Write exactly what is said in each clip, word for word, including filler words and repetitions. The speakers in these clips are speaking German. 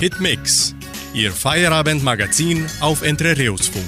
Hitmix, Ihr Feierabendmagazin auf Entre Rios Funk.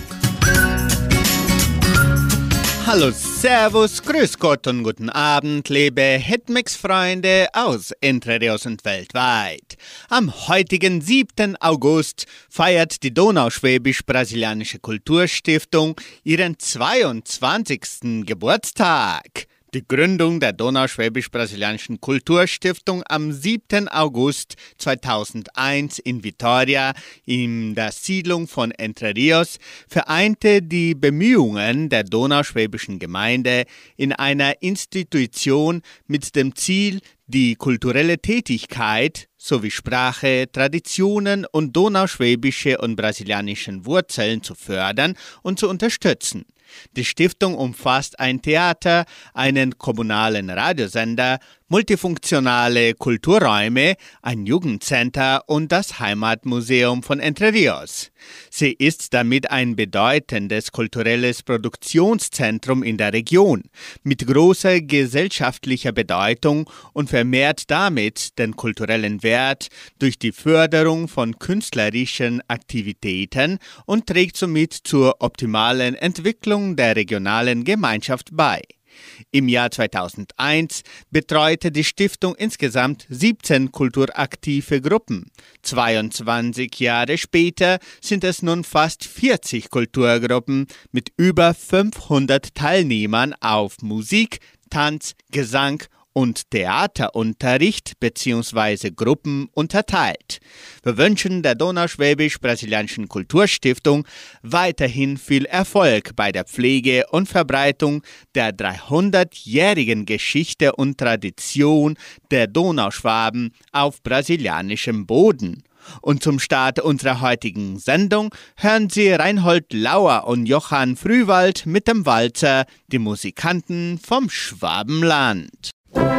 Hallo, Servus, Grüß Gott und guten Abend, liebe Hitmix-Freunde aus Entre Rios und weltweit. Am heutigen siebten August feiert die Donauschwäbisch-Brasilianische Kulturstiftung ihren zweiundzwanzigsten Geburtstag. Die Gründung der Donauschwäbisch-Brasilianischen Kulturstiftung am siebten August zweitausendeins in Vitoria, in der Siedlung von Entre Rios, vereinte die Bemühungen der donauschwäbischen Gemeinde in einer Institution mit dem Ziel, die kulturelle Tätigkeit sowie Sprache, Traditionen und donauschwäbische und brasilianischen Wurzeln zu fördern und zu unterstützen. Die Stiftung umfasst ein Theater, einen kommunalen Radiosender, multifunktionale Kulturräume, ein Jugendcenter und das Heimatmuseum von Entre Rios. Sie ist damit ein bedeutendes kulturelles Produktionszentrum in der Region mit großer gesellschaftlicher Bedeutung und vermehrt damit den kulturellen Wert durch die Förderung von künstlerischen Aktivitäten und trägt somit zur optimalen Entwicklung der regionalen Gemeinschaft bei. Im Jahr zweitausendeins betreute die Stiftung insgesamt siebzehn kulturaktive Gruppen. zweiundzwanzig Jahre später sind es nun fast vierzig Kulturgruppen mit über fünfhundert Teilnehmern auf Musik, Tanz, Gesang und Theaterunterricht bzw. Gruppen unterteilt. Wir wünschen der Donauschwäbisch-Brasilianischen Kulturstiftung weiterhin viel Erfolg bei der Pflege und Verbreitung der dreihundertjährigen Geschichte und Tradition der Donauschwaben auf brasilianischem Boden. Und zum Start unserer heutigen Sendung hören Sie Reinhold Lauer und Johann Frühwald mit dem Walzer, die Musikanten vom Schwabenland.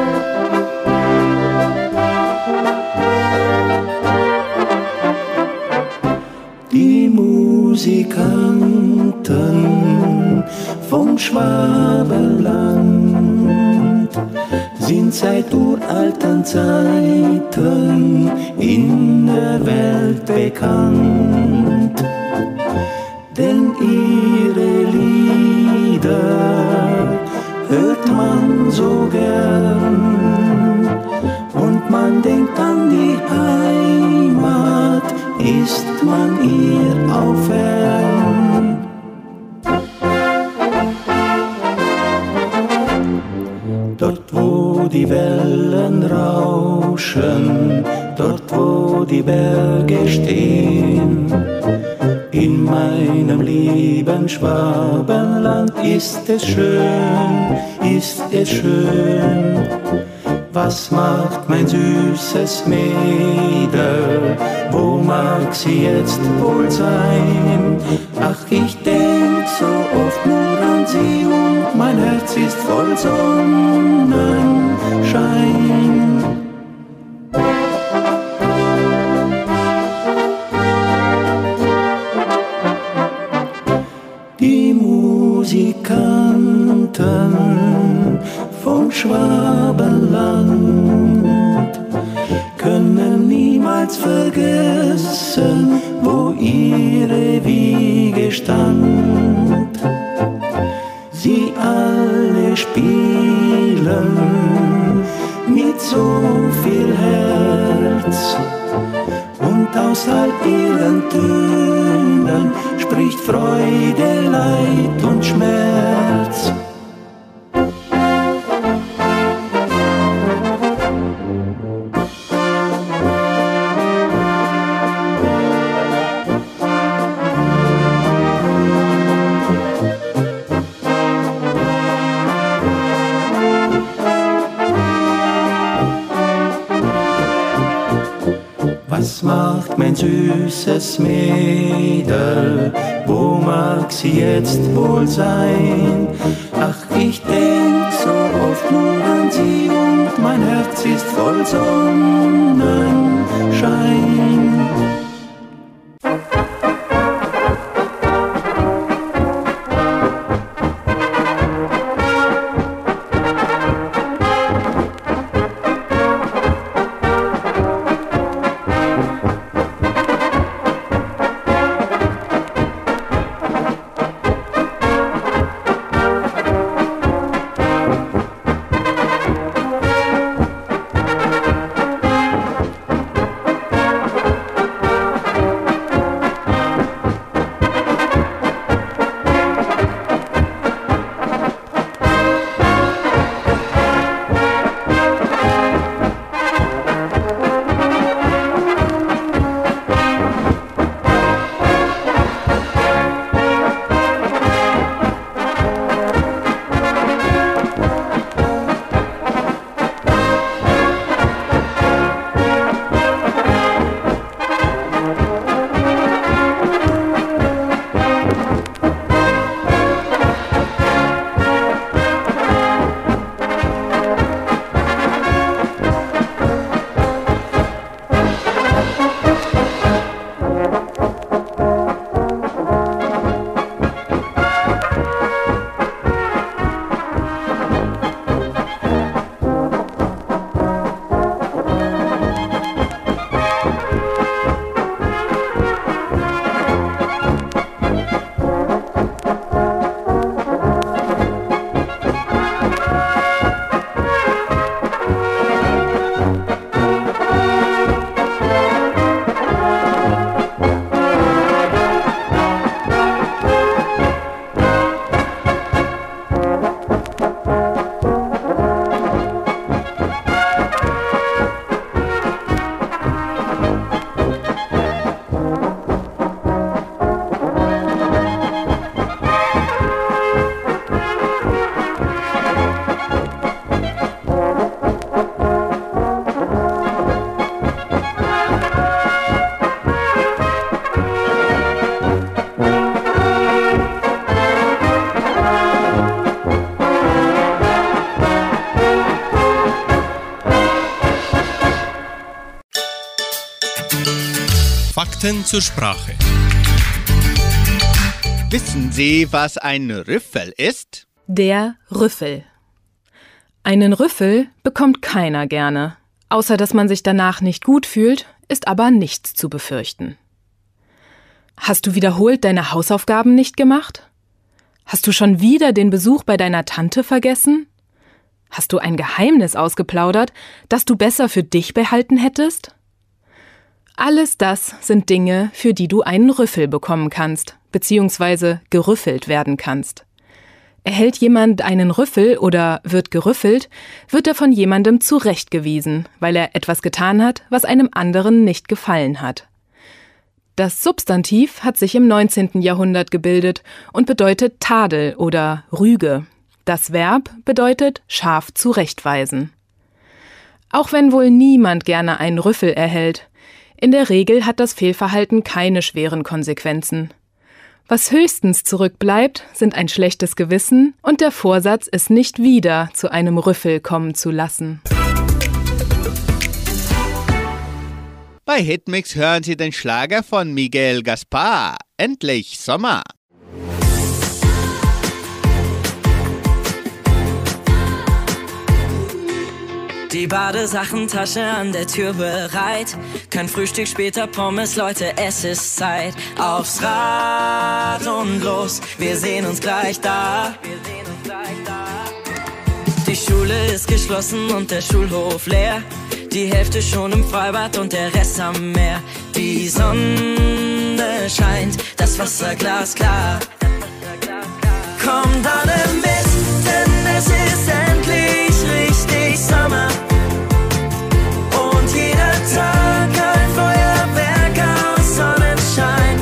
Die Musikanten vom Schwabenland sind seit uralten Zeiten in der Welt bekannt, denn ihre Lieder hört man so gern und man denkt an die Heimat, ist man ihr auch fern. Dort wo die Wellen rauschen, dort wo die Berge stehen, in meinem lieben Schwabenland ist es schön, ist es schön. Was macht mein süßes Mädel, wo mag sie jetzt wohl sein? Ach, ich denk so oft nur an sie und mein Herz ist voll Sonnenschein. Die Musikanten vom Schwabenland können niemals vergessen, wo ihre Wiege stand. Sie alle spielen mit so viel Herz und aus all ihren Tönen spricht Freude, Leid und Schmerz. Was macht mein süßes Mädel, wo mag sie jetzt wohl sein? Ach, ich denk so oft nur an sie und mein Herz ist voll Sonnenschein. Fakten zur Sprache. Wissen Sie, was ein Rüffel ist? Der Rüffel. Einen Rüffel bekommt keiner gerne. Außer dass man sich danach nicht gut fühlt, ist aber nichts zu befürchten. Hast du wiederholt deine Hausaufgaben nicht gemacht? Hast du schon wieder den Besuch bei deiner Tante vergessen? Hast du ein Geheimnis ausgeplaudert, das du besser für dich behalten hättest? Alles das sind Dinge, für die du einen Rüffel bekommen kannst, beziehungsweise gerüffelt werden kannst. Erhält jemand einen Rüffel oder wird gerüffelt, wird er von jemandem zurechtgewiesen, weil er etwas getan hat, was einem anderen nicht gefallen hat. Das Substantiv hat sich im neunzehnten Jahrhundert gebildet und bedeutet Tadel oder Rüge. Das Verb bedeutet scharf zurechtweisen. Auch wenn wohl niemand gerne einen Rüffel erhält, in der Regel hat das Fehlverhalten keine schweren Konsequenzen. Was höchstens zurückbleibt, sind ein schlechtes Gewissen und der Vorsatz, es nicht wieder zu einem Rüffel kommen zu lassen. Bei Hitmix hören Sie den Schlager von Miguel Gaspar, Endlich Sommer. Die Badesachentasche an der Tür bereit. Kein Frühstück, später Pommes, Leute, es ist Zeit. Aufs Rad und los, wir sehen uns gleich da. Die Schule ist geschlossen und der Schulhof leer. Die Hälfte schon im Freibad und der Rest am Meer. Die Sonne scheint, das Wasser glasklar. Kommt alle mit, denn es ist endlich richtig Sommer. Und jeder Tag ein Feuerwerk aus Sonnenschein.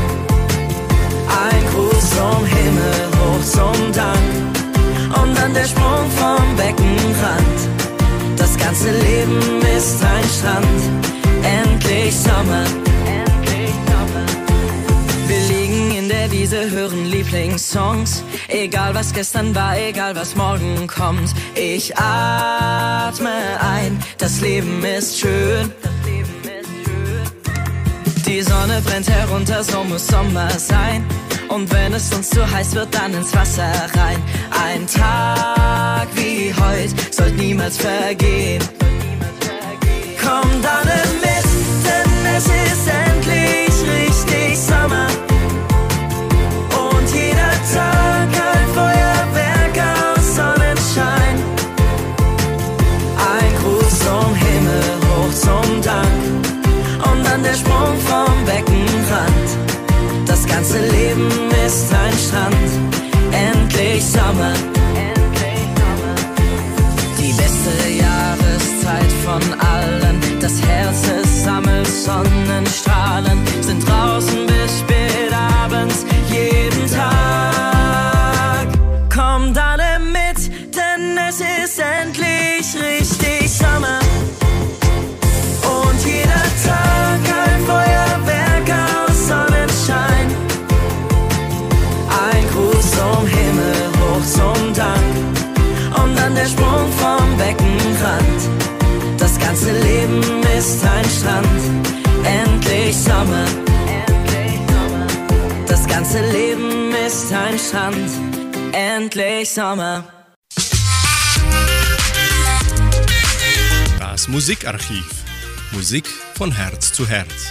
Ein Gruß zum Himmel, hoch zum Dank. Und dann der Sprung vom Beckenrand. Das ganze Leben ist ein Strand. Endlich Sommer. Wir liegen in der Wiese, hören Lieblingssongs. Egal was gestern war, egal was morgen kommt. Ich atme ein, das Leben ist schön. Die Sonne brennt herunter, so muss Sommer sein. Und wenn es uns zu heiß wird, dann ins Wasser rein. Ein Tag wie heute soll niemals vergehen. Kommt alle mit, denn es ist endlich richtig Sommer. Und jeder Tag ein Feuerwerk aus Sonnenschein. Ein Gruß zum Himmel, hoch zum Dank. Und dann der Sprung vom Beckenrand. Das ganze Leben ist ein Strand. Endlich Sommer. Die beste Jahreszeit von allen. Das Herz, es sammelt Sonnenstrahlen. Sind draußen bis spät abends, jeden Tag. Kommt alle mit, denn es ist endlich richtig Sommer. Und jeder Tag ein Feuerwerk aus Sonnenschein. Ein Gruß zum Himmel, hoch zum Dank. Und dann der Sprung vom Beckenrand. Das ganze Leben ist ein Strand. Endlich Sommer. Das ganze Leben ist ein Strand. Endlich Sommer. Das Musikarchiv. Musik von Herz zu Herz.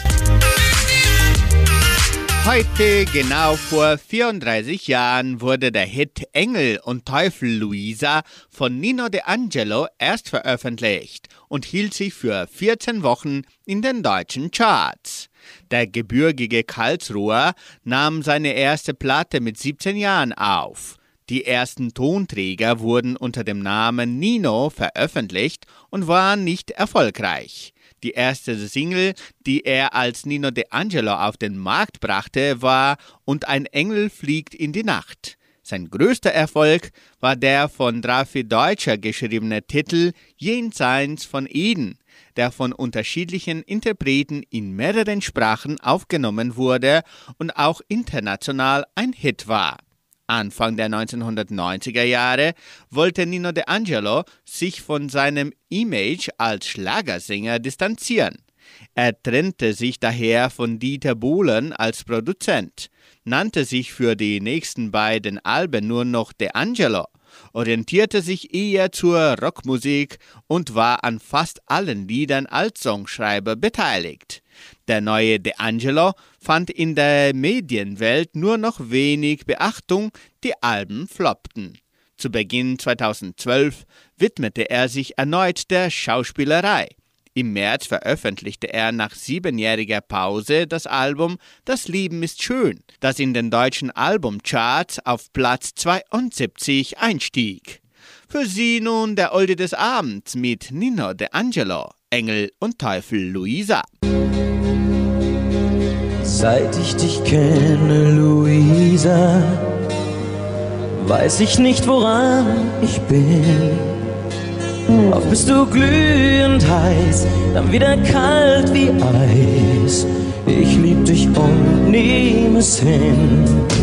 Heute, genau vor vierunddreißig Jahren, wurde der Hit Engel und Teufel Luisa von Nino D'Angelo erst veröffentlicht und hielt sich für vierzehn Wochen in den deutschen Charts. Der gebürtige Karlsruher nahm seine erste Platte mit siebzehn Jahren auf. Die ersten Tonträger wurden unter dem Namen Nino veröffentlicht und waren nicht erfolgreich. Die erste Single, die er als Nino D'Angelo auf den Markt brachte, war »Und ein Engel fliegt in die Nacht«. Sein größter Erfolg war der von Drafi Deutscher geschriebene Titel »Jenseits von Eden«, der von unterschiedlichen Interpreten in mehreren Sprachen aufgenommen wurde und auch international ein Hit war. Anfang der neunzehnhundertneunziger Jahre wollte Nino D'Angelo sich von seinem Image als Schlagersänger distanzieren. Er trennte sich daher von Dieter Bohlen als Produzent, nannte sich für die nächsten beiden Alben nur noch D'Angelo, orientierte sich eher zur Rockmusik und war an fast allen Liedern als Songschreiber beteiligt. Der neue D'Angelo fand in der Medienwelt nur noch wenig Beachtung, die Alben floppten. Zu Beginn zweitausendzwölf widmete er sich erneut der Schauspielerei. Im März veröffentlichte er nach siebenjähriger Pause das Album Das Leben ist schön, das in den deutschen Albumcharts auf Platz zweiundsiebzig einstieg. Für Sie nun der Oldie des Abends mit Nino D'Angelo, Engel und Teufel Luisa. Seit ich dich kenne, Luisa, weiß ich nicht, woran ich bin. Oft bist du glühend heiß, dann wieder kalt wie Eis. Ich lieb dich und nehm es hin.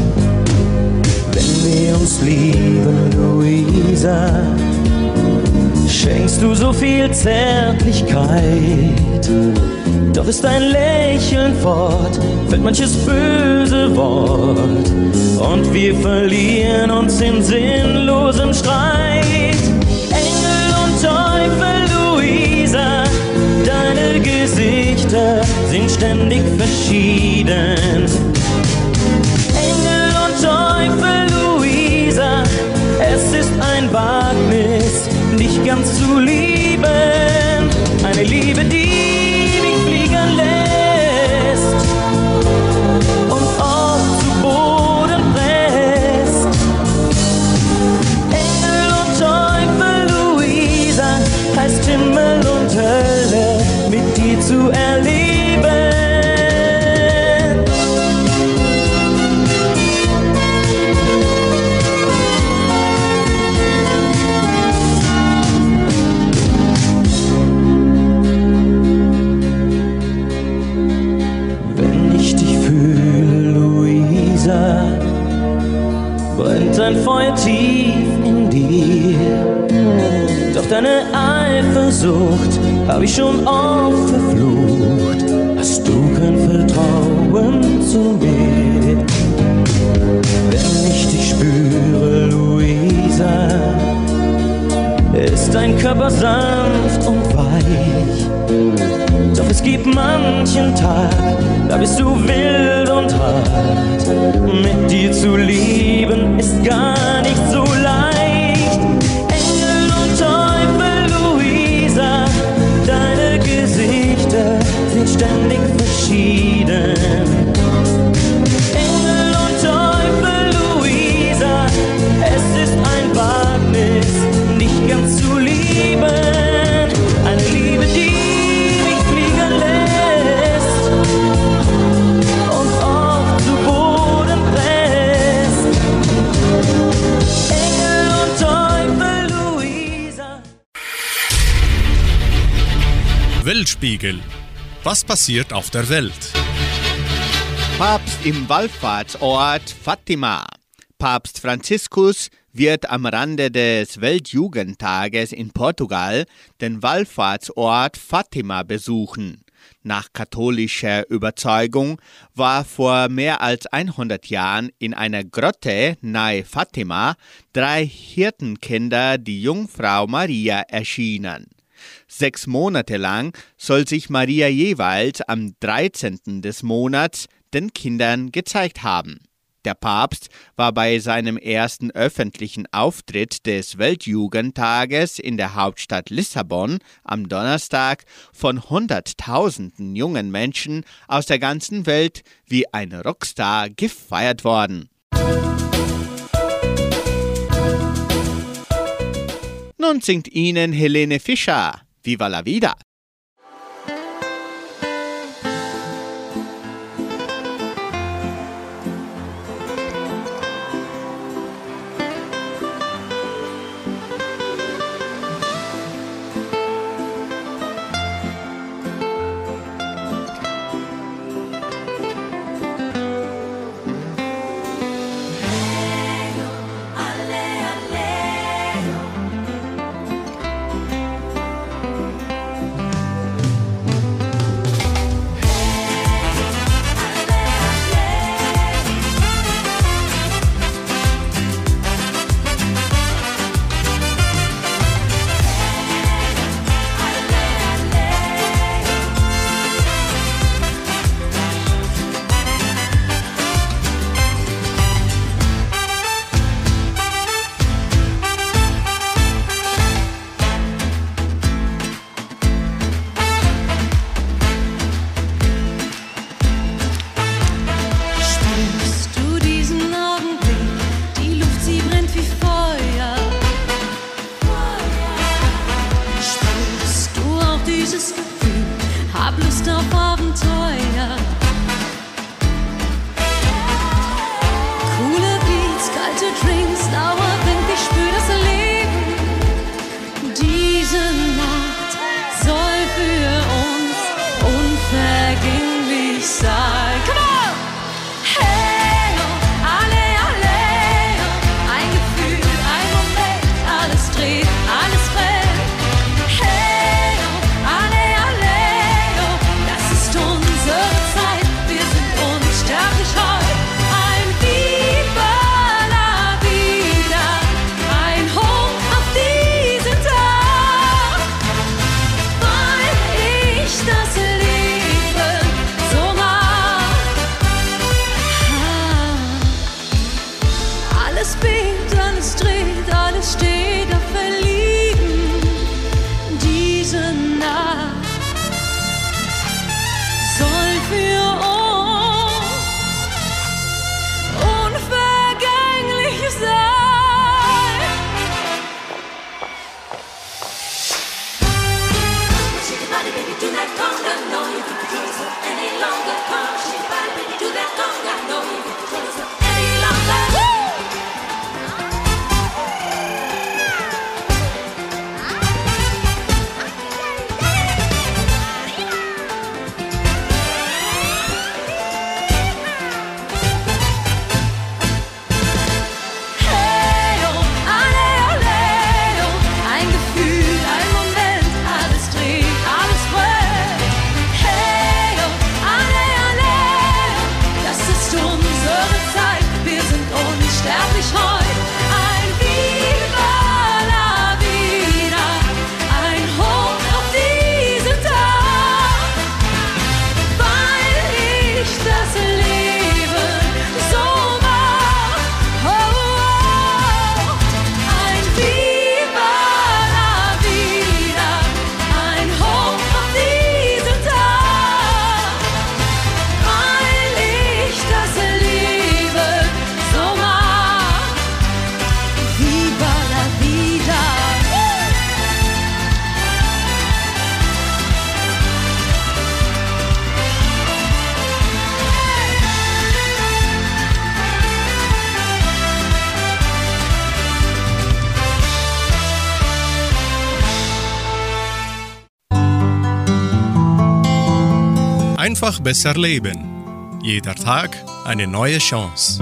Wenn wir uns lieben, Luisa, schenkst du so viel Zärtlichkeit. Doch ist dein Lächeln fort, fällt manches böse Wort und wir verlieren uns in sinnlosem Streit. Engel und Teufel, Luisa, deine Gesichter sind ständig verschieden. Engel und Teufel, Luisa, es ist ein Wagnis, dich ganz zu lieben. Eine Liebe, die mich fliegen lässt und oft zu Boden presst. Engel und Teufel, Luisa, heißt Himmel und Hölle mit dir zu erleben. Brennt ein Feuer tief in dir, doch deine Eifersucht hab ich schon oft verflucht. Hast du kein Vertrauen zu mir? Wenn ich dich spüre, Luisa, ist dein Körper sanft und weich. Doch es gibt manchen Tag, da bist du wild und hart. Mit dir zu lieben ist gar nicht so leicht. Engel und Teufel, Luisa, deine Gesichter sind ständig verschieden. Engel und Teufel, Luisa, es ist ein Wagnis, dich ganz zu lieben. Eine Liebe, die Weltspiegel. Was passiert auf der Welt? Papst im Wallfahrtsort Fatima. Papst Franziskus wird am Rande des Weltjugendtages in Portugal den Wallfahrtsort Fatima besuchen. Nach katholischer Überzeugung war vor mehr als hundert Jahren in einer Grotte nahe Fatima drei Hirtenkinder die Jungfrau Maria erschienen. Sechs Monate lang soll sich Maria jeweils am dreizehnten des Monats den Kindern gezeigt haben. Der Papst war bei seinem ersten öffentlichen Auftritt des Weltjugendtages in der Hauptstadt Lissabon am Donnerstag von Hunderttausenden jungen Menschen aus der ganzen Welt wie ein Rockstar gefeiert worden. Nun singt Ihnen Helene Fischer Viva la Vida. Abenteuer. Coole Beats, kalte Drinks, Dauerwind, ich spür das Leben. Diese Nacht soll für uns unvergänglich sein. Come on! Hey, oh, alle, alle, oh, ein Gefühl, ein Moment, alles dreht, alles brennt. Hey, oh, alle, alle, oh, das ist unsere Zeit, wir sind unsterblich heute. Ein Viva la vida, ein Hoch auf diesen Tag, weil ich das Leben so mag. Ah, alles bebt, alles dreht, alles steht auf Verlieben. Diese Nacht soll für uns unvergänglich sein. Shake your body, baby, do that conga. No, you can't control yourself any longer. Come on, shake your body, baby, do that conga. No, you can't control yourself any longer. Woo! Hey, oh, alle, alle, oh, ein Gefühl, ein Moment, alles dreht, alles brennt. Hey, oh, alle, alle, oh, das ist unsere Zeit, wir sind unsterblich heute. Ein Viva la vida, ein Hoch auf diesen Tag, weil ich das Leben so mag. Oh, oh, ein Viva la vida, ein Hoch auf diesen Tag, weil ich das Leben so mag. Viva la vida. Einfach besser leben. Jeder Tag eine neue Chance.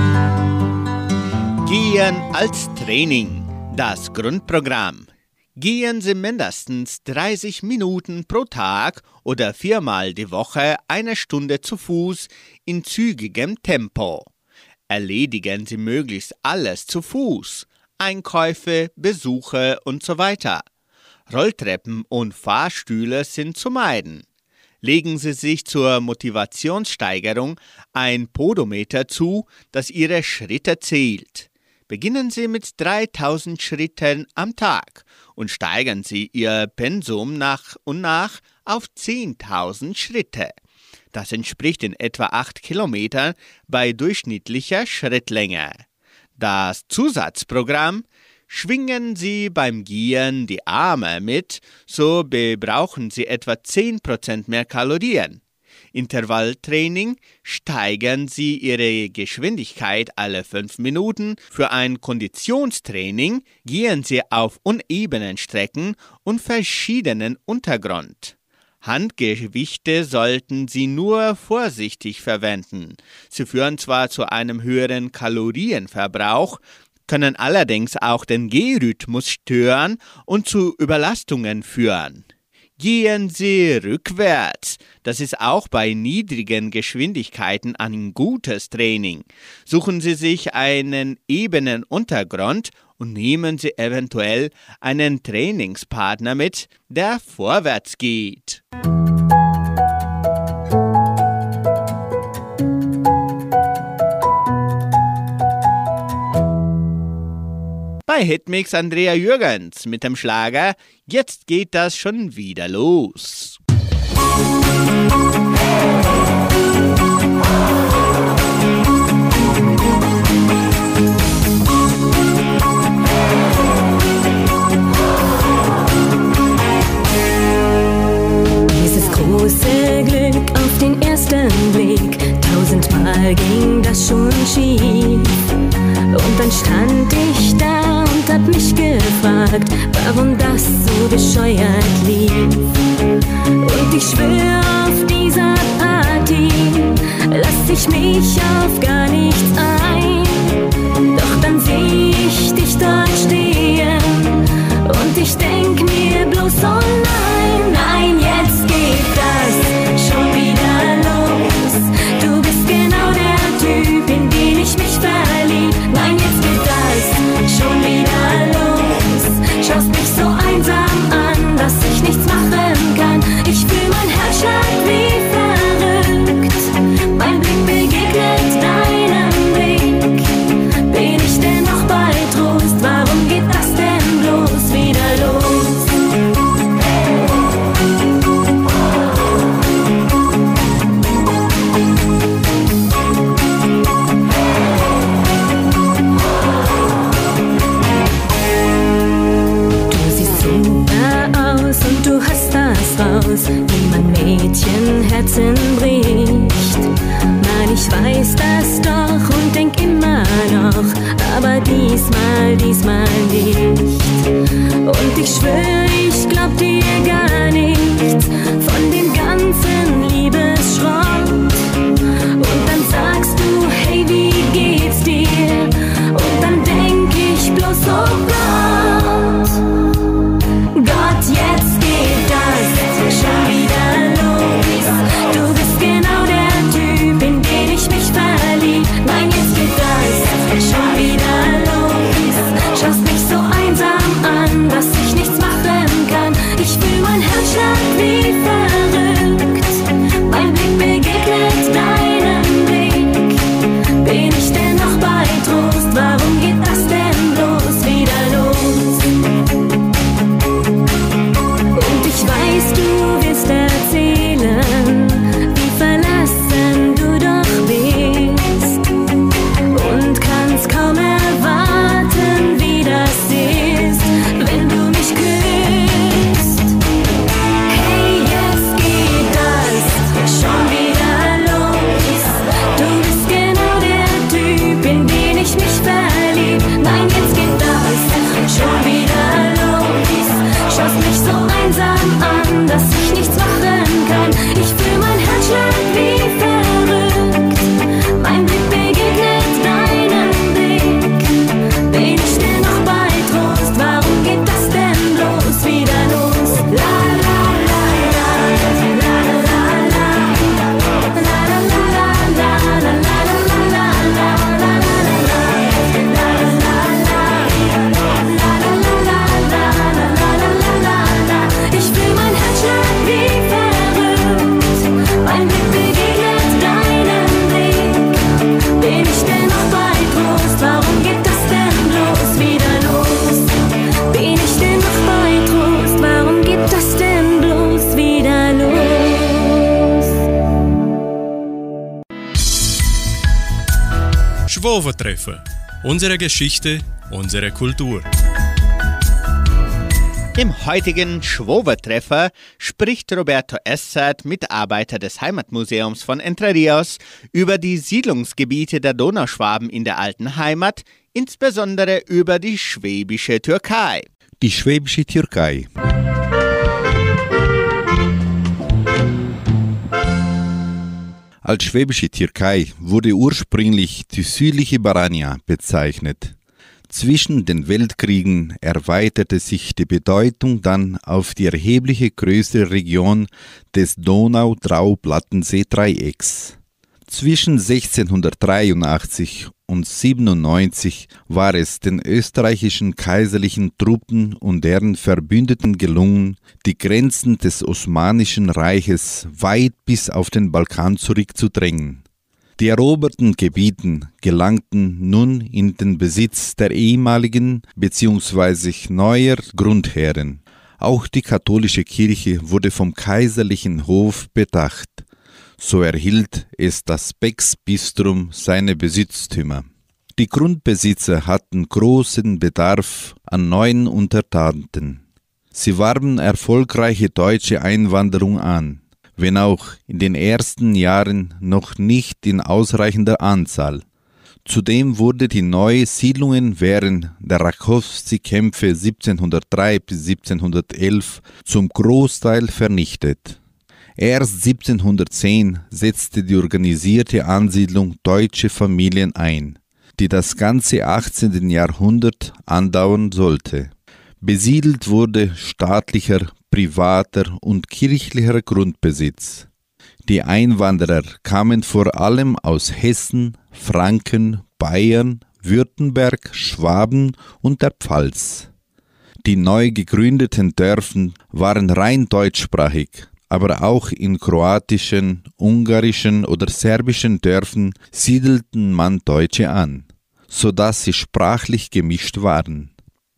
Gehen als Training. Das Grundprogramm. Gehen Sie mindestens dreißig Minuten pro Tag oder viermal die Woche eine Stunde zu Fuß in zügigem Tempo. Erledigen Sie möglichst alles zu Fuß. Einkäufe, Besuche und so weiter. Rolltreppen und Fahrstühle sind zu meiden. Legen Sie sich zur Motivationssteigerung ein Podometer zu, das Ihre Schritte zählt. Beginnen Sie mit dreitausend Schritten am Tag und steigern Sie Ihr Pensum nach und nach auf zehntausend Schritte. Das entspricht in etwa acht Kilometern bei durchschnittlicher Schrittlänge. Das Zusatzprogramm: Schwingen Sie beim Gehen die Arme mit, so verbrauchen Sie etwa zehn Prozent mehr Kalorien. Intervalltraining: Steigern Sie Ihre Geschwindigkeit alle fünf Minuten. Für ein Konditionstraining gehen Sie auf unebenen Strecken und verschiedenen Untergrund. Handgewichte sollten Sie nur vorsichtig verwenden. Sie führen zwar zu einem höheren Kalorienverbrauch, können allerdings auch den Gehrhythmus stören und zu Überlastungen führen. Gehen Sie rückwärts. Das ist auch bei niedrigen Geschwindigkeiten ein gutes Training. Suchen Sie sich einen ebenen Untergrund und nehmen Sie eventuell einen Trainingspartner mit, der vorwärts geht. Bei Hitmix Andrea Jürgens mit dem Schlager Jetzt geht das schon wieder los. Dieses große Glück Mal ging das schon schief. Und dann stand ich da und hab mich gefragt, warum das so bescheuert lief. Und ich schwör, auf dieser Party lass ich mich auf gar nichts ein. Doch dann seh ich dich dort stehen und ich denk mir bloß, oh nein, nein, jetzt geht das schon wieder los. Du bist genau der Typ, in den ich mich verlieb. Nein, jetzt geht das schon wieder los. Schaust mich so einsam an, dass ich nichts machen kann. Ich fühl mein Herzschlag wie verrückt. Mein Blick begegnet deinem Blick. Bin ich denn noch bei Trost? Warum geht das denn bloß wieder los? Und du hast das raus, wie man Mädchenherzen bricht. Mann, ich weiß das doch und denk immer noch, aber diesmal, diesmal nicht. Und ich schwör, ich glaub dir gar nichts von dem ganzen Liebesschrott. Und dann sagst du, hey, wie geht's dir? Und dann denk ich bloß, oh Gott, Gott, jetzt geht das schon wieder los. Du bist genau der Typ, in den ich mich verlieb. Nein, jetzt geht das schon wieder los. Schaust mich so einsam an, dass ich nichts machen kann. Ich fühl mein Herzschlag wie verrückt. Mein Blick begegnet deinem Blick. Bin ich denn noch bei Trost? Warum geht das denn bloß wieder los? Ich weiß, du willst erzählen, wie verlassen du doch bist und kannst kaum erwarten, wie das ist, wenn du mich küsst. Hey, jetzt geht das schon wieder los. Du bist genau der Typ, in den ich mich verlieb. Nein, jetzt geht das schon wieder los. Schaust mich so einsam an, dass ich nichts machen kann. Ich fühl mein Herzschlag wie verrückt. Mein Blick begegnet deinem Blick. Bin ich denn noch bei Trost? Warum geht das denn bloß wieder los? La la la la la la la la la la la la ich fühl mein Herzschlag wie verrückt. Mein Blick begegnet deinem Blick. Bin ich denn noch bei Trost? Warum geht das denn bloß wieder los? Bin ich denn noch bei Trost? Warum geht das denn bloß wieder los? Schwovertreffer. Unsere Geschichte, unsere Kultur. Im heutigen Schwovertreffer spricht Roberto Essert, Mitarbeiter des Heimatmuseums von Entre Rios, über die Siedlungsgebiete der Donauschwaben in der alten Heimat, insbesondere über die schwäbische Türkei. Die schwäbische Türkei. Als schwäbische Türkei wurde ursprünglich die südliche Baranja bezeichnet. Zwischen den Weltkriegen erweiterte sich die Bedeutung dann auf die erhebliche größere Region des Donau-Drau-Plattensee-Dreiecks. Zwischen sechzehnhundertdreiundachtzig und siebenundneunzig war es den österreichischen kaiserlichen Truppen und deren Verbündeten gelungen, die Grenzen des Osmanischen Reiches weit bis auf den Balkan zurückzudrängen. Die eroberten Gebieten gelangten nun in den Besitz der ehemaligen bzw. neuer Grundherren. Auch die katholische Kirche wurde vom kaiserlichen Hof bedacht. So erhielt es das Becksbistrum seine Besitztümer. Die Grundbesitzer hatten großen Bedarf an neuen Untertanen. Sie warben erfolgreiche deutsche Einwanderung an. wenn auch in den ersten Jahren noch nicht in ausreichender Anzahl. Zudem wurde die neue Siedlungen während der Rákóczi-Kämpfe siebzehnhundertdrei bis siebzehnhundertelf zum Großteil vernichtet. Erst siebzehnhundertzehn setzte die organisierte Ansiedlung deutscher Familien ein, die das ganze achtzehnten Jahrhundert andauern sollte. Besiedelt wurde staatlicher, privater und kirchlicher Grundbesitz. Die Einwanderer kamen vor allem aus Hessen, Franken, Bayern, Württemberg, Schwaben und der Pfalz. Die neu gegründeten Dörfer waren rein deutschsprachig, aber auch in kroatischen, ungarischen oder serbischen Dörfern siedelten man Deutsche an, sodass sie sprachlich gemischt waren.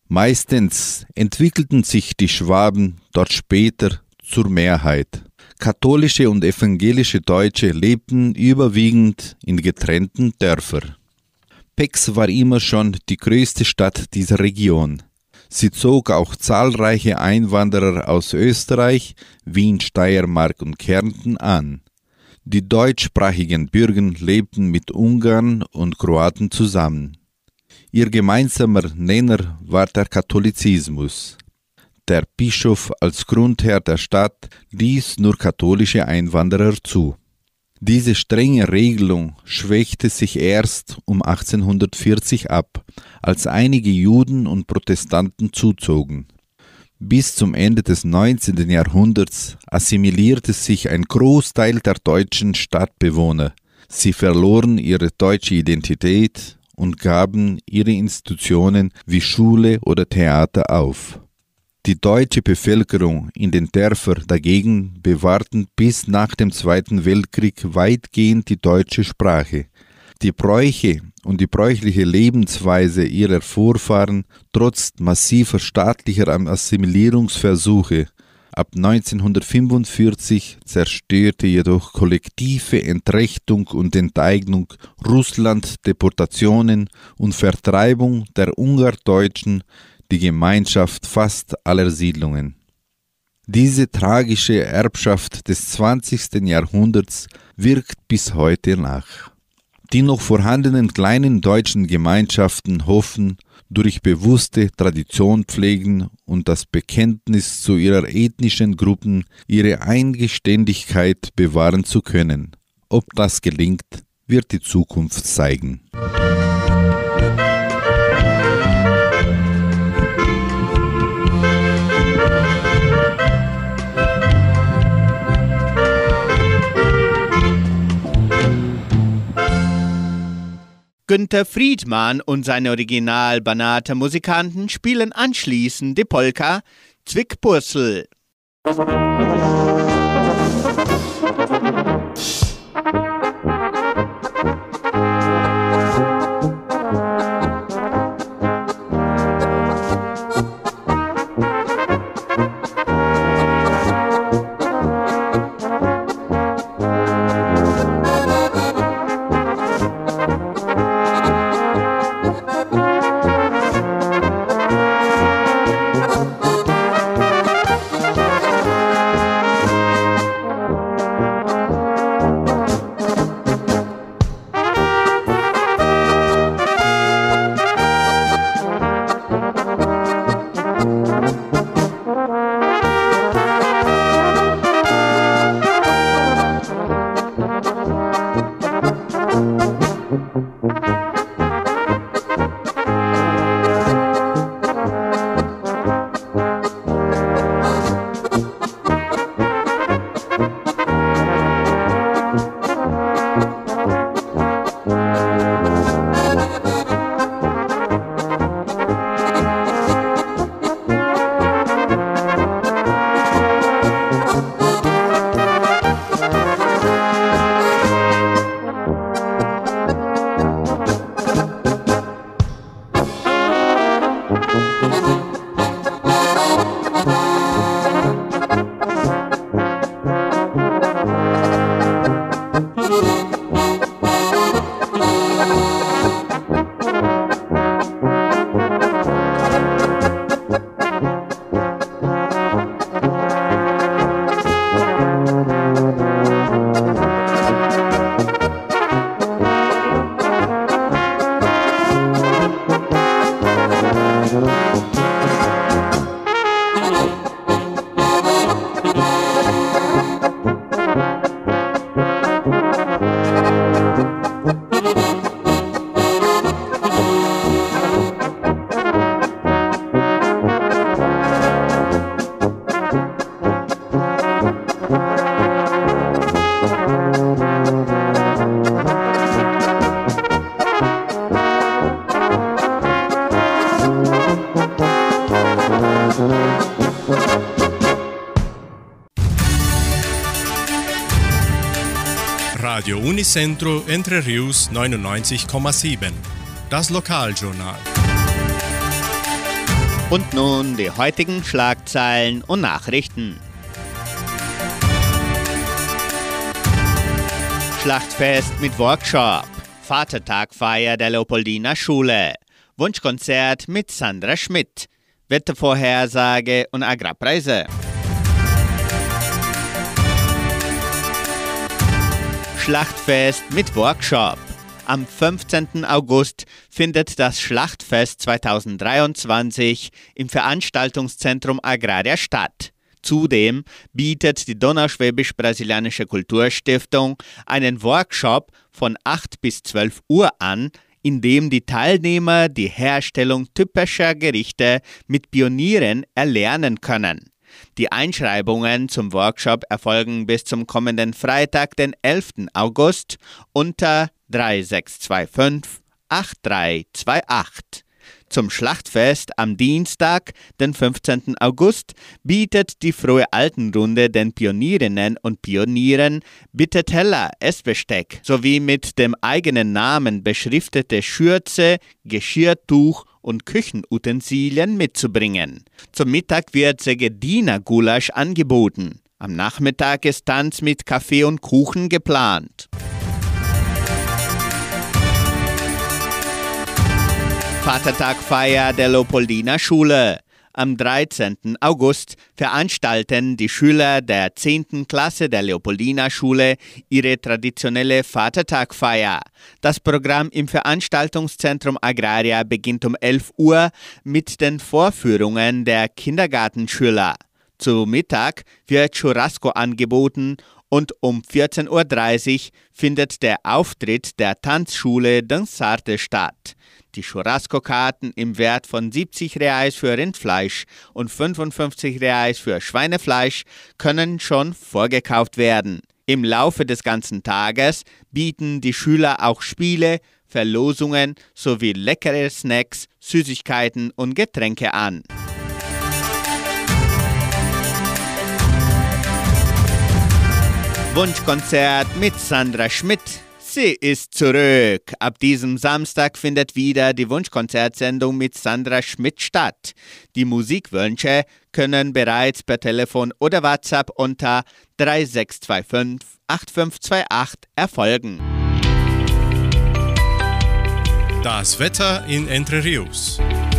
Meistens entwickelten sich die Schwaben dort später zur Mehrheit. Katholische und evangelische Deutsche lebten überwiegend in getrennten Dörfern. Pécs war immer schon die größte Stadt dieser Region. Sie zog auch zahlreiche Einwanderer aus Österreich, Wien, Steiermark und Kärnten an. Die deutschsprachigen Bürger lebten mit Ungarn und Kroaten zusammen. Ihr gemeinsamer Nenner war der Katholizismus. Der Bischof als Grundherr der Stadt ließ nur katholische Einwanderer zu. Diese strenge Regelung schwächte sich erst um achtzehnhundertvierzig ab, als einige Juden und Protestanten zuzogen. Bis zum Ende des neunzehnten Jahrhunderts assimilierte sich ein Großteil der deutschen Stadtbewohner. Sie verloren ihre deutsche Identität und gaben ihre Institutionen wie Schule oder Theater auf. Die deutsche Bevölkerung in den Dörfern dagegen bewahrten bis nach dem Zweiten Weltkrieg weitgehend die deutsche Sprache. Die Bräuche und die bräuchliche Lebensweise ihrer Vorfahren trotz massiver staatlicher Assimilierungsversuche ab neunzehnhundertfünfundvierzig zerstörte jedoch kollektive Entrechtung und Enteignung Russland, Deportationen und Vertreibung der Ungardeutschen die Gemeinschaft fast aller Siedlungen. Diese tragische Erbschaft des zwanzigsten Jahrhunderts wirkt bis heute nach. Die noch vorhandenen kleinen deutschen Gemeinschaften hoffen, durch bewusste Tradition pflegen und das Bekenntnis zu ihrer ethnischen Gruppen ihre Eigenständigkeit bewahren zu können. Ob das gelingt, wird die Zukunft zeigen. Günter Friedmann und seine Original-Banata-Musikanten spielen anschließend die Polka Zwickpursel. Radio Unicentro Entre Rius neunundneunzig Komma sieben. Das Lokaljournal. Und nun die heutigen Schlagzeilen und Nachrichten. Schlachtfest mit Workshop. Vatertagfeier der Leopoldiner Schule. Wunschkonzert mit Sandra Schmidt. Wettervorhersage und Agrarpreise. Schlachtfest mit Workshop. Am fünfzehnten August findet das Schlachtfest zweitausenddreiundzwanzig im Veranstaltungszentrum Agraria statt. Zudem bietet die Donauschwäbisch-Brasilianische Kulturstiftung einen Workshop von acht bis zwölf Uhr an, in dem die Teilnehmer die Herstellung typischer Gerichte mit Pionieren erlernen können. Die Einschreibungen zum Workshop erfolgen bis zum kommenden Freitag, den elften August, unter drei sechs zwei fünf acht drei zwei acht. Zum Schlachtfest am Dienstag, den fünfzehnten August, bietet die Frohe Altenrunde den Pionierinnen und Pionieren bitte Teller, Essbesteck sowie mit dem eigenen Namen beschriftete Schürze, Geschirrtuch und Küchenutensilien mitzubringen. Zum Mittag wird Segediner-Gulasch angeboten. Am Nachmittag ist Tanz mit Kaffee und Kuchen geplant. Vatertagfeier der Leopoldiner Schule. Am dreizehnten August veranstalten die Schüler der zehnten Klasse der Leopoldiner Schule ihre traditionelle Vatertagfeier. Das Programm im Veranstaltungszentrum Agraria beginnt um elf Uhr mit den Vorführungen der Kindergartenschüler. Zu Mittag wird Churrasco angeboten und um vierzehn Uhr dreißig findet der Auftritt der Tanzschule Danzarte statt. Die Churrasco-Karten im Wert von siebzig Reais für Rindfleisch und fünfundfünfzig Reais für Schweinefleisch können schon vorgekauft werden. Im Laufe des ganzen Tages bieten die Schüler auch Spiele, Verlosungen sowie leckere Snacks, Süßigkeiten und Getränke an. Wunschkonzert mit Sandra Schmidt. Sie ist zurück. Ab diesem Samstag findet wieder die Wunschkonzertsendung mit Sandra Schmidt statt. Die Musikwünsche können bereits per Telefon oder WhatsApp unter drei sechs zwei fünf acht fünf zwei acht erfolgen. Das Wetter in Entre Rios.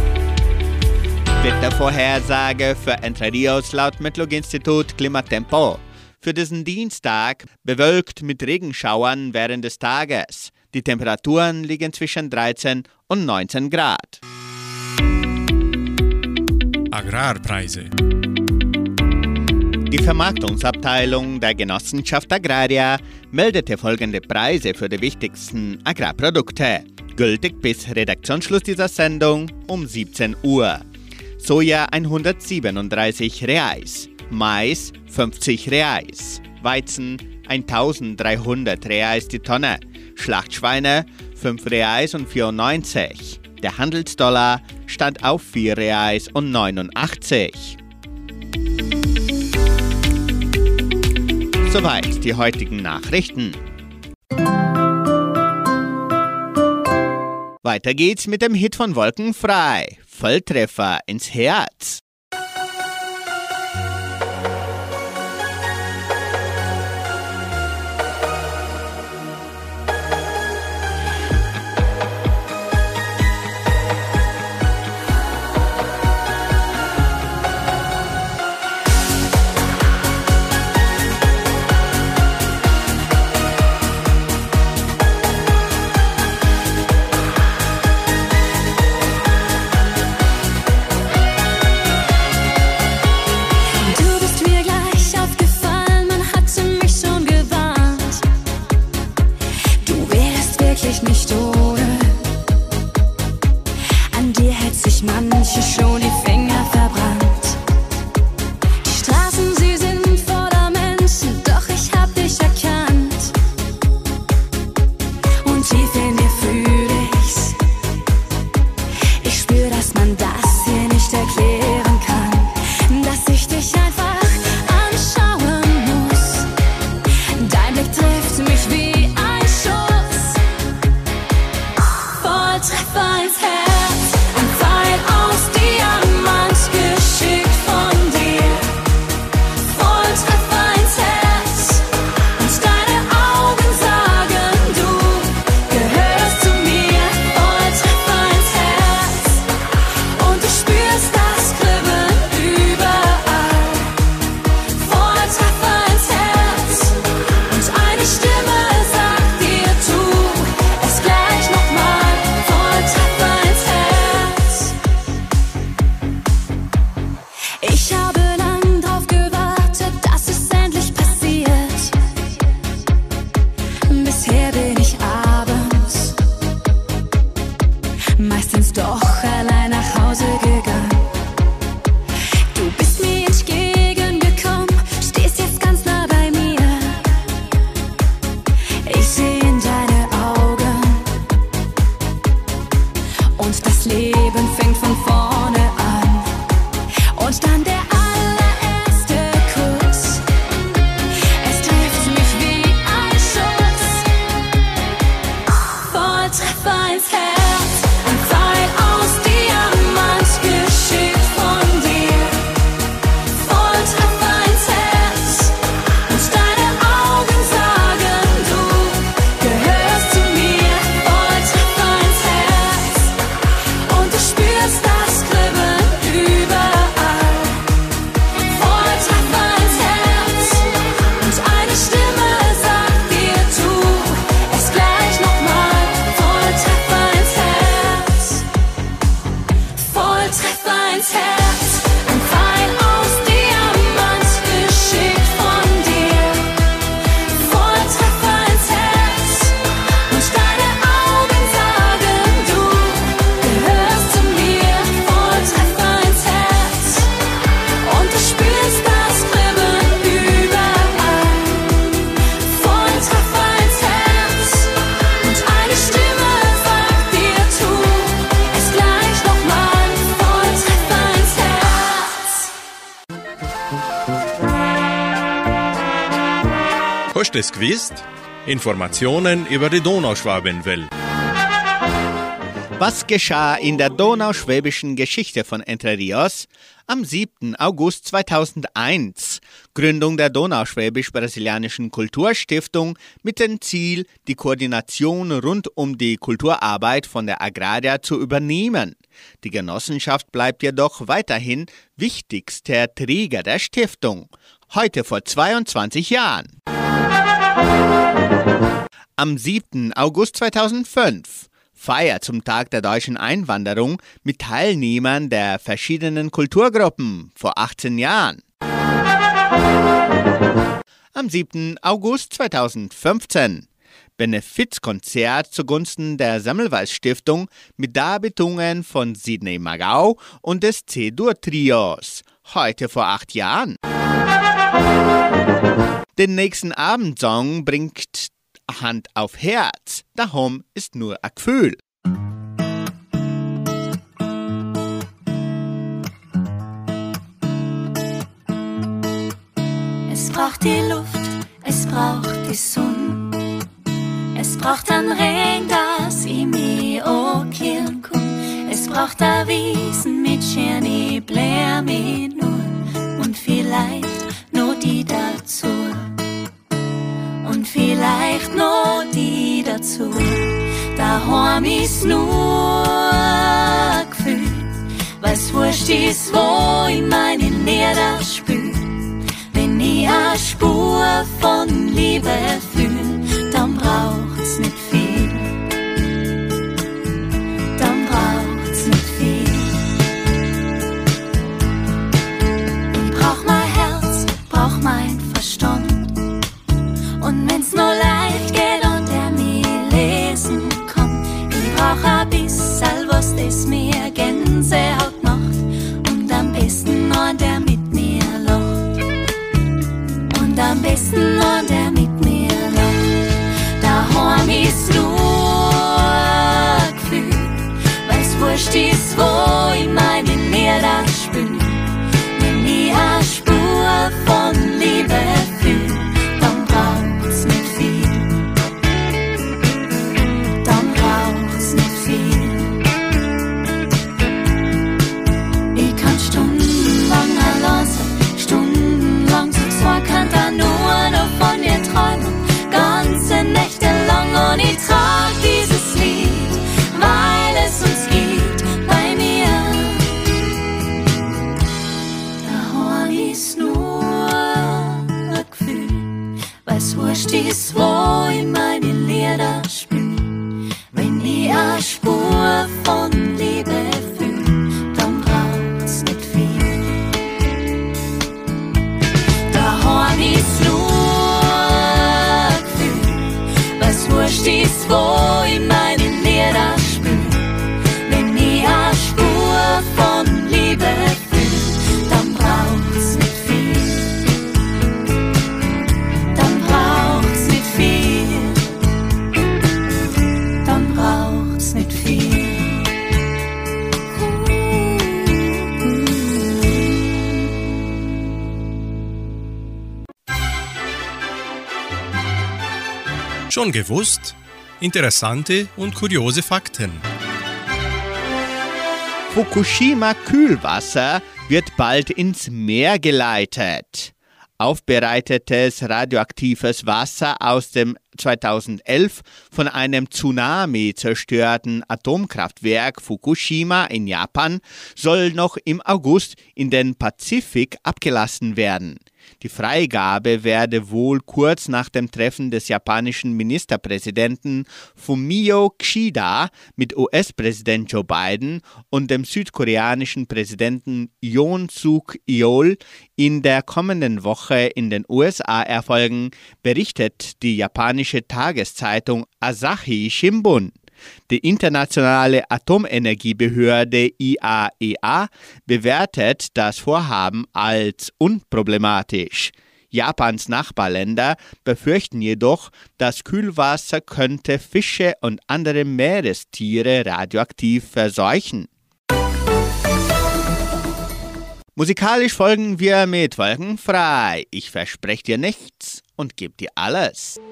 Wettervorhersage für Entre Rios laut Metlog-Institut Klimatempo. Für diesen Dienstag bewölkt mit Regenschauern während des Tages. Die Temperaturen liegen zwischen dreizehn und neunzehn Grad. Agrarpreise. Die Vermarktungsabteilung der Genossenschaft Agraria meldete folgende Preise für die wichtigsten Agrarprodukte. Gültig bis Redaktionsschluss dieser Sendung um siebzehn Uhr. Soja hundertsiebenunddreißig Reais. Mais fünfzig Reais, Weizen eintausenddreihundert Reais die Tonne, Schlachtschweine fünf Reais und vierundneunzig. Der Handelsdollar stand auf vier Reais und neunundachtzig. Soweit die heutigen Nachrichten. Weiter geht's mit dem Hit von Wolkenfrei. Volltreffer ins Herz. Hast du es gewusst? Informationen über die Donauschwabenwelle. Was geschah in der donauschwäbischen Geschichte von Entre Rios? Am siebten August zweitausendeins. Gründung der Donauschwäbisch-Brasilianischen Kulturstiftung mit dem Ziel, die Koordination rund um die Kulturarbeit von der Agraria zu übernehmen. Die Genossenschaft bleibt jedoch weiterhin wichtigster Träger der Stiftung. Heute vor zweiundzwanzig Jahren. Am siebten August zweitausendfünf. Feier zum Tag der deutschen Einwanderung mit Teilnehmern der verschiedenen Kulturgruppen vor achtzehn Jahren. Am siebten August zweitausendfünfzehn. Benefizkonzert zugunsten der Semmelweis Stiftung mit Darbietungen von Sidney Magau und des C-Dur-Trios. Heute vor acht Jahren. Den nächsten Abendsong bringt Hand auf Herz, daheim ist nur ein Gefühl. Es braucht die Luft, es braucht die Sonne, es braucht ein Regen, das ich mich ankehren kann. Es braucht ein Wiesen mit schönen Blämen nur und vielleicht noch die dazu. Und vielleicht noch die dazu. Daheim ist nur ein Gefühl, weil's wurscht ist, wo ich meine Lieder spür. Wenn ich eine Spur von Liebe fühl, dann braucht's nicht viel. Dann braucht's nicht viel. Ich brauch mein Herz, brauch mein Verstand. Und wenn's nur leicht geht und er mir lesen kann, ich brauch ein bisschen was, das mir Gänsehaut macht. Und am besten nur der mit mir lacht. Und am besten nur der mit mir lacht. Daheim ist nur ein Gefühl, weil's wurscht ist, wo ich meine Lieder spür. Wenn ich eine Spur von Liebe fühl, dann braucht's nicht viel. Dann braucht's nicht viel. Ich kann stundenlang allein sein, stundenlang zu zweit, kann da nur noch von dir träumen, ganze Nächte lang, und ich trag dieses Lied, weil es uns gibt bei mir. Daheim ist nur ein Gefühl, weil's wurscht ist, wo ich meine Lieder spür. Wenn ich eine Spur von Liebe fühl, dann braucht's nicht viel. Daheim ist nur ein Gefühl, weil's wurscht ist, wo ich meine Lieder spür. Wenn ich eine Spur von Liebe fühl, dann braucht's nicht viel. Dann braucht's nicht viel. Dann braucht's nicht viel. Schon gewusst? Interessante und kuriose Fakten. Fukushima-Kühlwasser wird bald ins Meer geleitet. Aufbereitetes radioaktives Wasser aus dem zweitausendelf von einem Tsunami zerstörten Atomkraftwerk Fukushima in Japan soll noch im August in den Pazifik abgelassen werden. Die Freigabe werde wohl kurz nach dem Treffen des japanischen Ministerpräsidenten Fumio Kishida mit U S-Präsident Joe Biden und dem südkoreanischen Präsidenten Yoon Suk Yeol in der kommenden Woche in den U S A erfolgen, berichtet die japanische Tageszeitung Asahi Shimbun. Die internationale Atomenergiebehörde I A E A bewertet das Vorhaben als unproblematisch. Japans Nachbarländer befürchten jedoch, das Kühlwasser könnte Fische und andere Meerestiere radioaktiv verseuchen. Musikalisch folgen wir mit Wolkenfrei. Ich verspreche dir nichts und geb dir alles.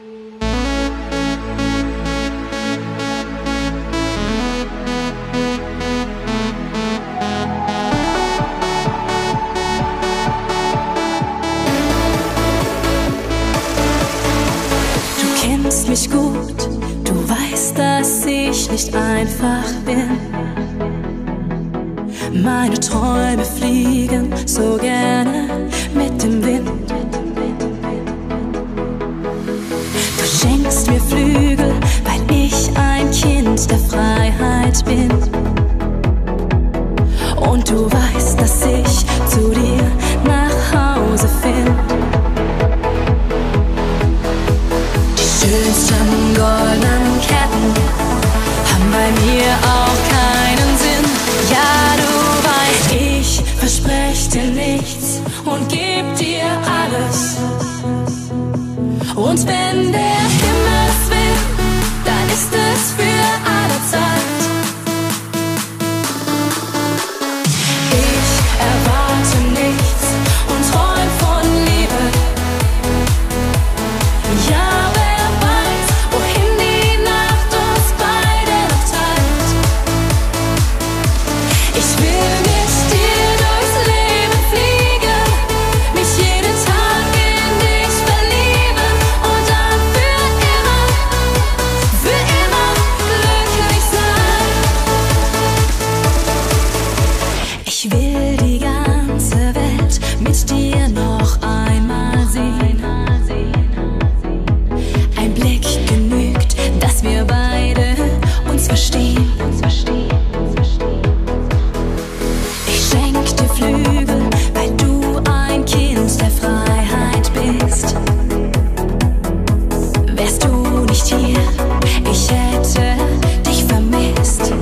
Du kennst mich gut, du weißt, dass ich nicht einfach bin. Meine Träume fliegen so gerne mit dem Wind. Du schenkst mir Flügel, weil ich ein Kind der Freiheit bin. Und du weißt, dass ich zu dir nach Hause find. Die schönsten goldenen Ketten haben bei mir auch keinen Sinn. Ja, du weißt, ich versprech dir nichts und geb dir alles. Und wenn der Himmel es will, dann ist es für alle Zeit. Ich erwarte nichts und träum von Liebe. Ja, wer weiß, wohin die Nacht uns beide noch treibt. Ich will mit dir durchs Leben fliegen, mich jeden Tag in dich verlieben und dann für immer, für immer glücklich sein. Ich will die ganze Welt mit dir noch einmal sehen. Ein Blick genügt, dass wir beide uns verstehen. Ich schenk dir Flügel, weil du ein Kind der Freiheit bist. Wärst du nicht hier, ich hätte dich vermisst.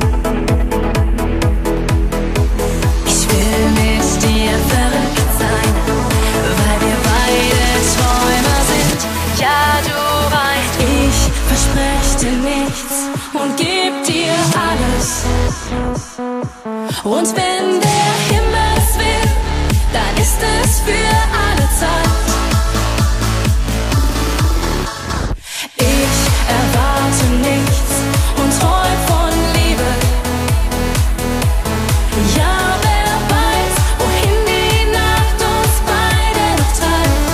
Ich will mit dir verrückt sein, weil wir beide Träumer sind. Ja, du weißt, ich versprech dir nichts und geb dir alles. Und wenn der Himmel es will, dann ist es für alle Zeit. Ich erwarte nichts und träum von Liebe. Ja, wer weiß, wohin die Nacht uns beide noch treibt.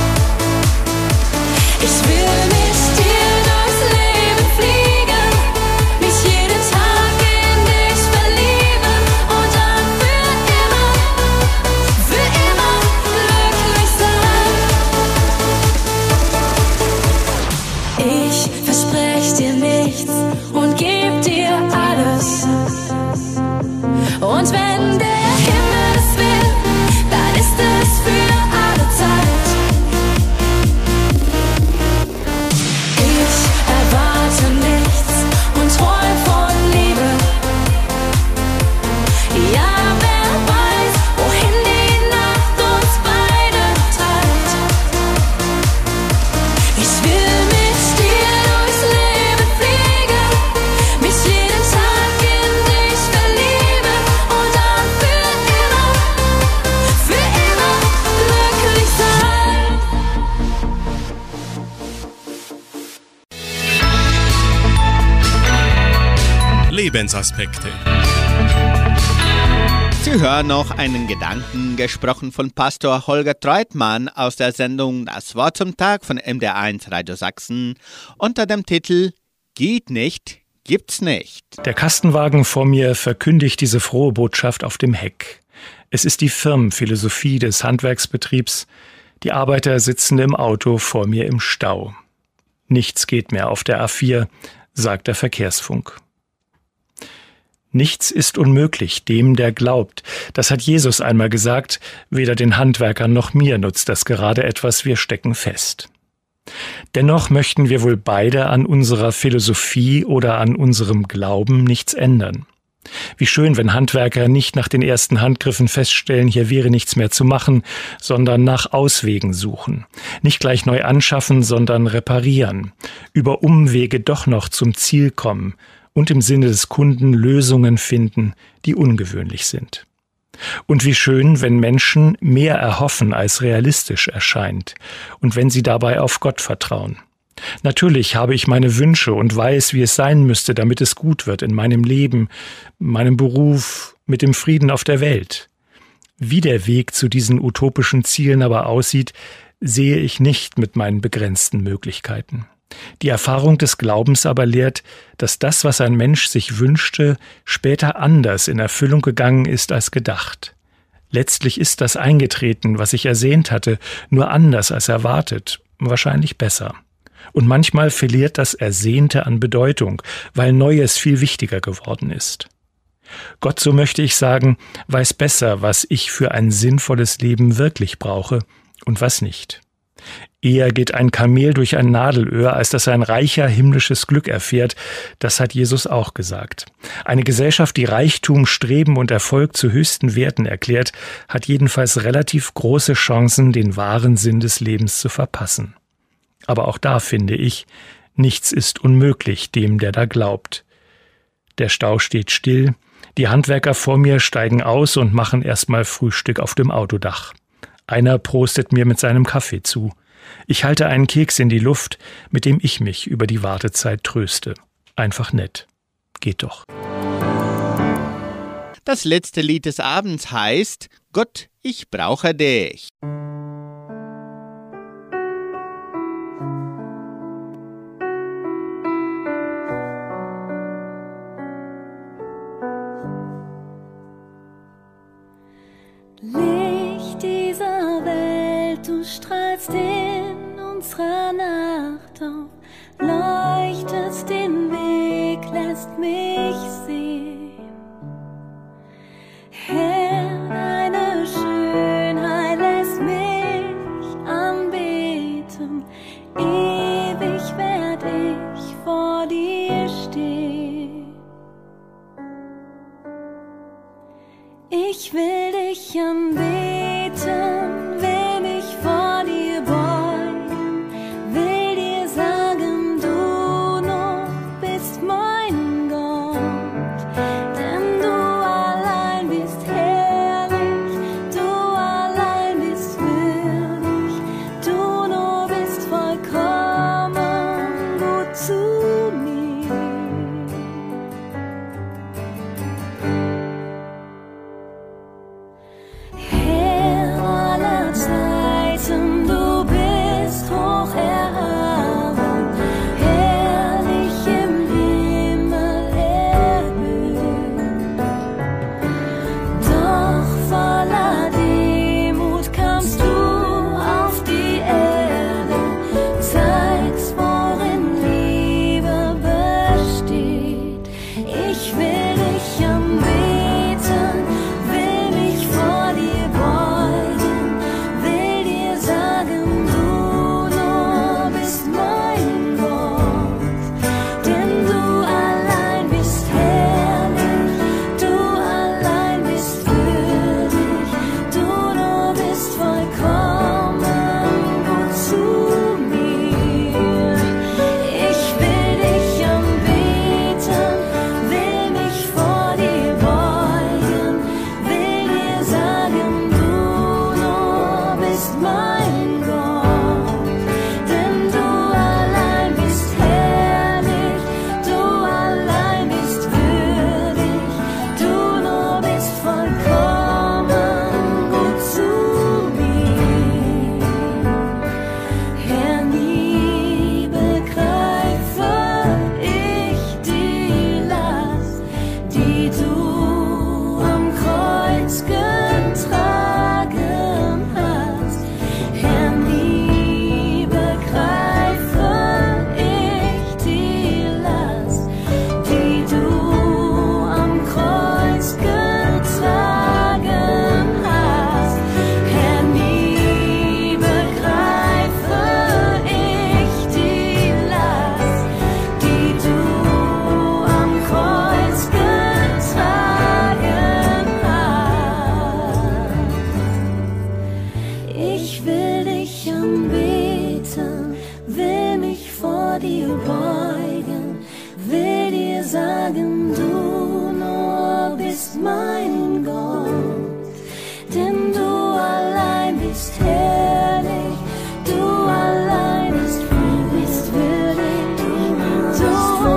Ich will mit dir durchs Leben fliegen, mich jeden Tag in dich verlieben und dann für immer, für immer glücklich sein. Ich versprech dir nichts und geb dir alles. Und wenn der Himmel es will, dann ist es für alle Zeit. Ich erwarte nichts und träum von Liebe. Ja, wer weiß, wohin die Nacht uns beide noch treibt. Ich will mit dir durchs Leben fliegen, mich jeden Tag in dich verlieben und dann für immer, für immer glücklich sein. Lebensaspekte. Sie hören noch einen Gedanken, gesprochen von Pastor Holger Treutmann aus der Sendung Das Wort zum Tag von M D R eins Radio Sachsen unter dem Titel Geht nicht, gibt's nicht. Der Kastenwagen vor mir verkündigt diese frohe Botschaft auf dem Heck. Es ist die Firmenphilosophie des Handwerksbetriebs. Die Arbeiter sitzen im Auto vor mir im Stau. Nichts geht mehr auf der A vier, sagt der Verkehrsfunk. Nichts ist unmöglich dem, der glaubt. Das hat Jesus einmal gesagt. Weder den Handwerkern noch mir nutzt das gerade etwas, wir stecken fest. Dennoch möchten wir wohl beide an unserer Philosophie oder an unserem Glauben nichts ändern. Wie schön, wenn Handwerker nicht nach den ersten Handgriffen feststellen, hier wäre nichts mehr zu machen, sondern nach Auswegen suchen. Nicht gleich neu anschaffen, sondern reparieren. Über Umwege doch noch zum Ziel kommen und im Sinne des Kunden Lösungen finden, die ungewöhnlich sind. Und wie schön, wenn Menschen mehr erhoffen, als realistisch erscheint, und wenn sie dabei auf Gott vertrauen. Natürlich habe ich meine Wünsche und weiß, wie es sein müsste, damit es gut wird in meinem Leben, meinem Beruf, mit dem Frieden auf der Welt. Wie der Weg zu diesen utopischen Zielen aber aussieht, sehe ich nicht mit meinen begrenzten Möglichkeiten. Die Erfahrung des Glaubens aber lehrt, dass das, was ein Mensch sich wünschte, später anders in Erfüllung gegangen ist als gedacht. Letztlich ist das eingetreten, was ich ersehnt hatte, nur anders als erwartet, wahrscheinlich besser. Und manchmal verliert das Ersehnte an Bedeutung, weil Neues viel wichtiger geworden ist. Gott, so möchte ich sagen, weiß besser, was ich für ein sinnvolles Leben wirklich brauche und was nicht. Eher geht ein Kamel durch ein Nadelöhr, als dass er ein reicher himmlisches Glück erfährt. Das hat Jesus auch gesagt. Eine Gesellschaft, die Reichtum, Streben und Erfolg zu höchsten Werten erklärt, hat jedenfalls relativ große Chancen, den wahren Sinn des Lebens zu verpassen. Aber auch da finde ich, nichts ist unmöglich dem, der da glaubt. Der Stau steht still, die Handwerker vor mir steigen aus und machen erstmal Frühstück auf dem Autodach. Einer prostet mir mit seinem Kaffee zu. Ich halte einen Keks in die Luft, mit dem ich mich über die Wartezeit tröste. Einfach nett. Geht doch. Das letzte Lied des Abends heißt Gott, ich brauche dich. Licht dieser Welt, du strahlst in unserer Nacht auf, leuchtest den Weg, lässt mich sehen. Herr, deine Schönheit lässt mich anbeten, ewig werd ich vor dir stehen. Ich will dich anbeten, will mich vor dir beugen, will dir sagen, du nur bist mein Gott, denn du allein bist herrlich, du allein bist würdig, du nur bist vollkommen gut zu mir. Herr aller Zeiten, du bist hoch erhaben, herrlich im Himmel erhöht. Doch voller Demut kamst du auf die Erde, zeigst, worin Liebe besteht. Ich will dich anbeten, will mich vor dir beugen, will dir sagen, du nur bist mein Gott, denn du allein bist herrlich, du allein bist würdig, du nur bist vollkommen gut zu mir. Ich will dich anbeten, will mich vor dir beugen, will dir sagen, du nur bist mein Gott, denn du allein bist herrlich, du allein bist würdig, du nur bist vollkommen gut zu mir. Herr, nie begreife ich die Last, die du am Kreuz getragen hast. Herr, nie begreife ich die Last, die du am Kreuz getragen hast. Herr, nie begreife ich die Last, die du am Kreuz getragen hast. Ich will dich anbeten, will mich vor dir beugen, will dir sagen, du nur bist mein Gott, denn du allein bist herrlich, du allein bist bist würdig, du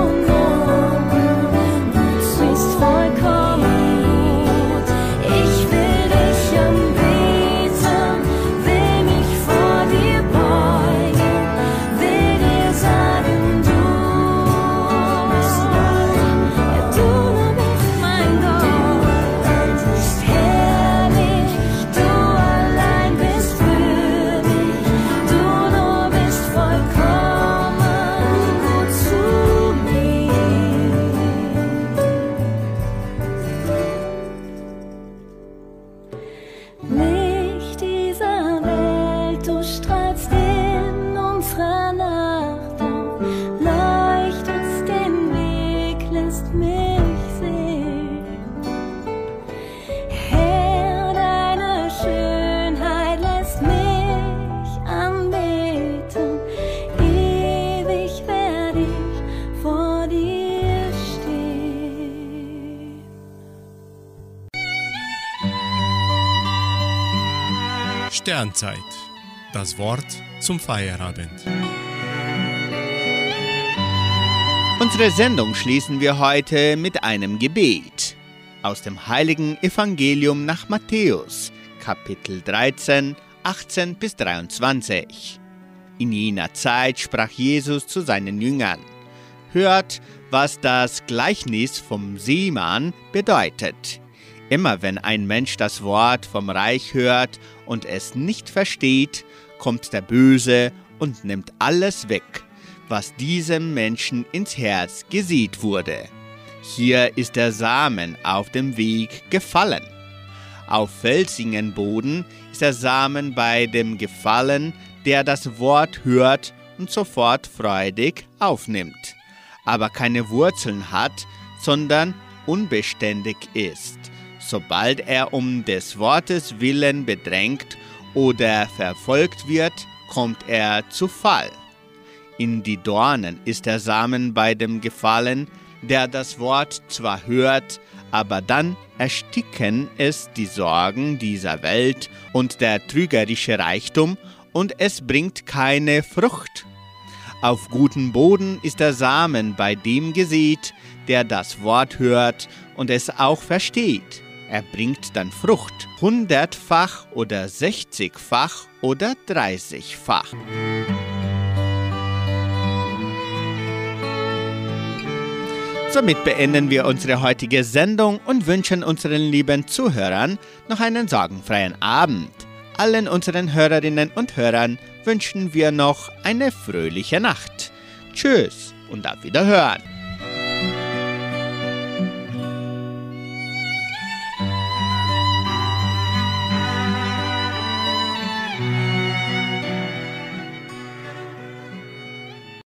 bist vollkommen gut. Ich will dich anbeten, will mich vor dir beugen, will dir sagen, du bist Gott, ja, du bist mein Gott, bist herrlich, du allein bist würdig, du nur bist vollkommen gut zu mir. Licht dieser Welt, du strahlst in unserer Nacht auf, leuchtest den Weg, lässt mich sehen. Herr, deine Schönheit lässt mich anbeten, ewig werde ich vor dir stehen. Sternzeit. Das Wort zum Feierabend. Unsere Sendung schließen wir heute mit einem Gebet aus dem heiligen Evangelium nach Matthäus, Kapitel dreizehn, achtzehn bis dreiundzwanzig. In jener Zeit sprach Jesus zu seinen Jüngern: Hört, was das Gleichnis vom Seemann bedeutet. Immer wenn ein Mensch das Wort vom Reich hört und es nicht versteht, kommt der Böse und nimmt alles weg, was diesem Menschen ins Herz gesät wurde. Hier ist der Samen auf dem Weg gefallen. Auf felsigen Boden ist der Samen bei dem gefallen, der das Wort hört und sofort freudig aufnimmt, aber keine Wurzeln hat, sondern unbeständig ist. Sobald er um des Wortes willen bedrängt oder verfolgt wird, kommt er zu Fall. In die Dornen ist der Samen bei dem gefallen, der das Wort zwar hört, aber dann ersticken es die Sorgen dieser Welt und der trügerische Reichtum, und es bringt keine Frucht. Auf guten Boden ist der Samen bei dem gesät, der das Wort hört und es auch versteht. Er bringt dann Frucht, hundertfach oder sechzigfach oder dreißigfach. Somit beenden wir unsere heutige Sendung und wünschen unseren lieben Zuhörern noch einen sorgenfreien Abend. Allen unseren Hörerinnen und Hörern wünschen wir noch eine fröhliche Nacht. Tschüss und auf Wiederhören.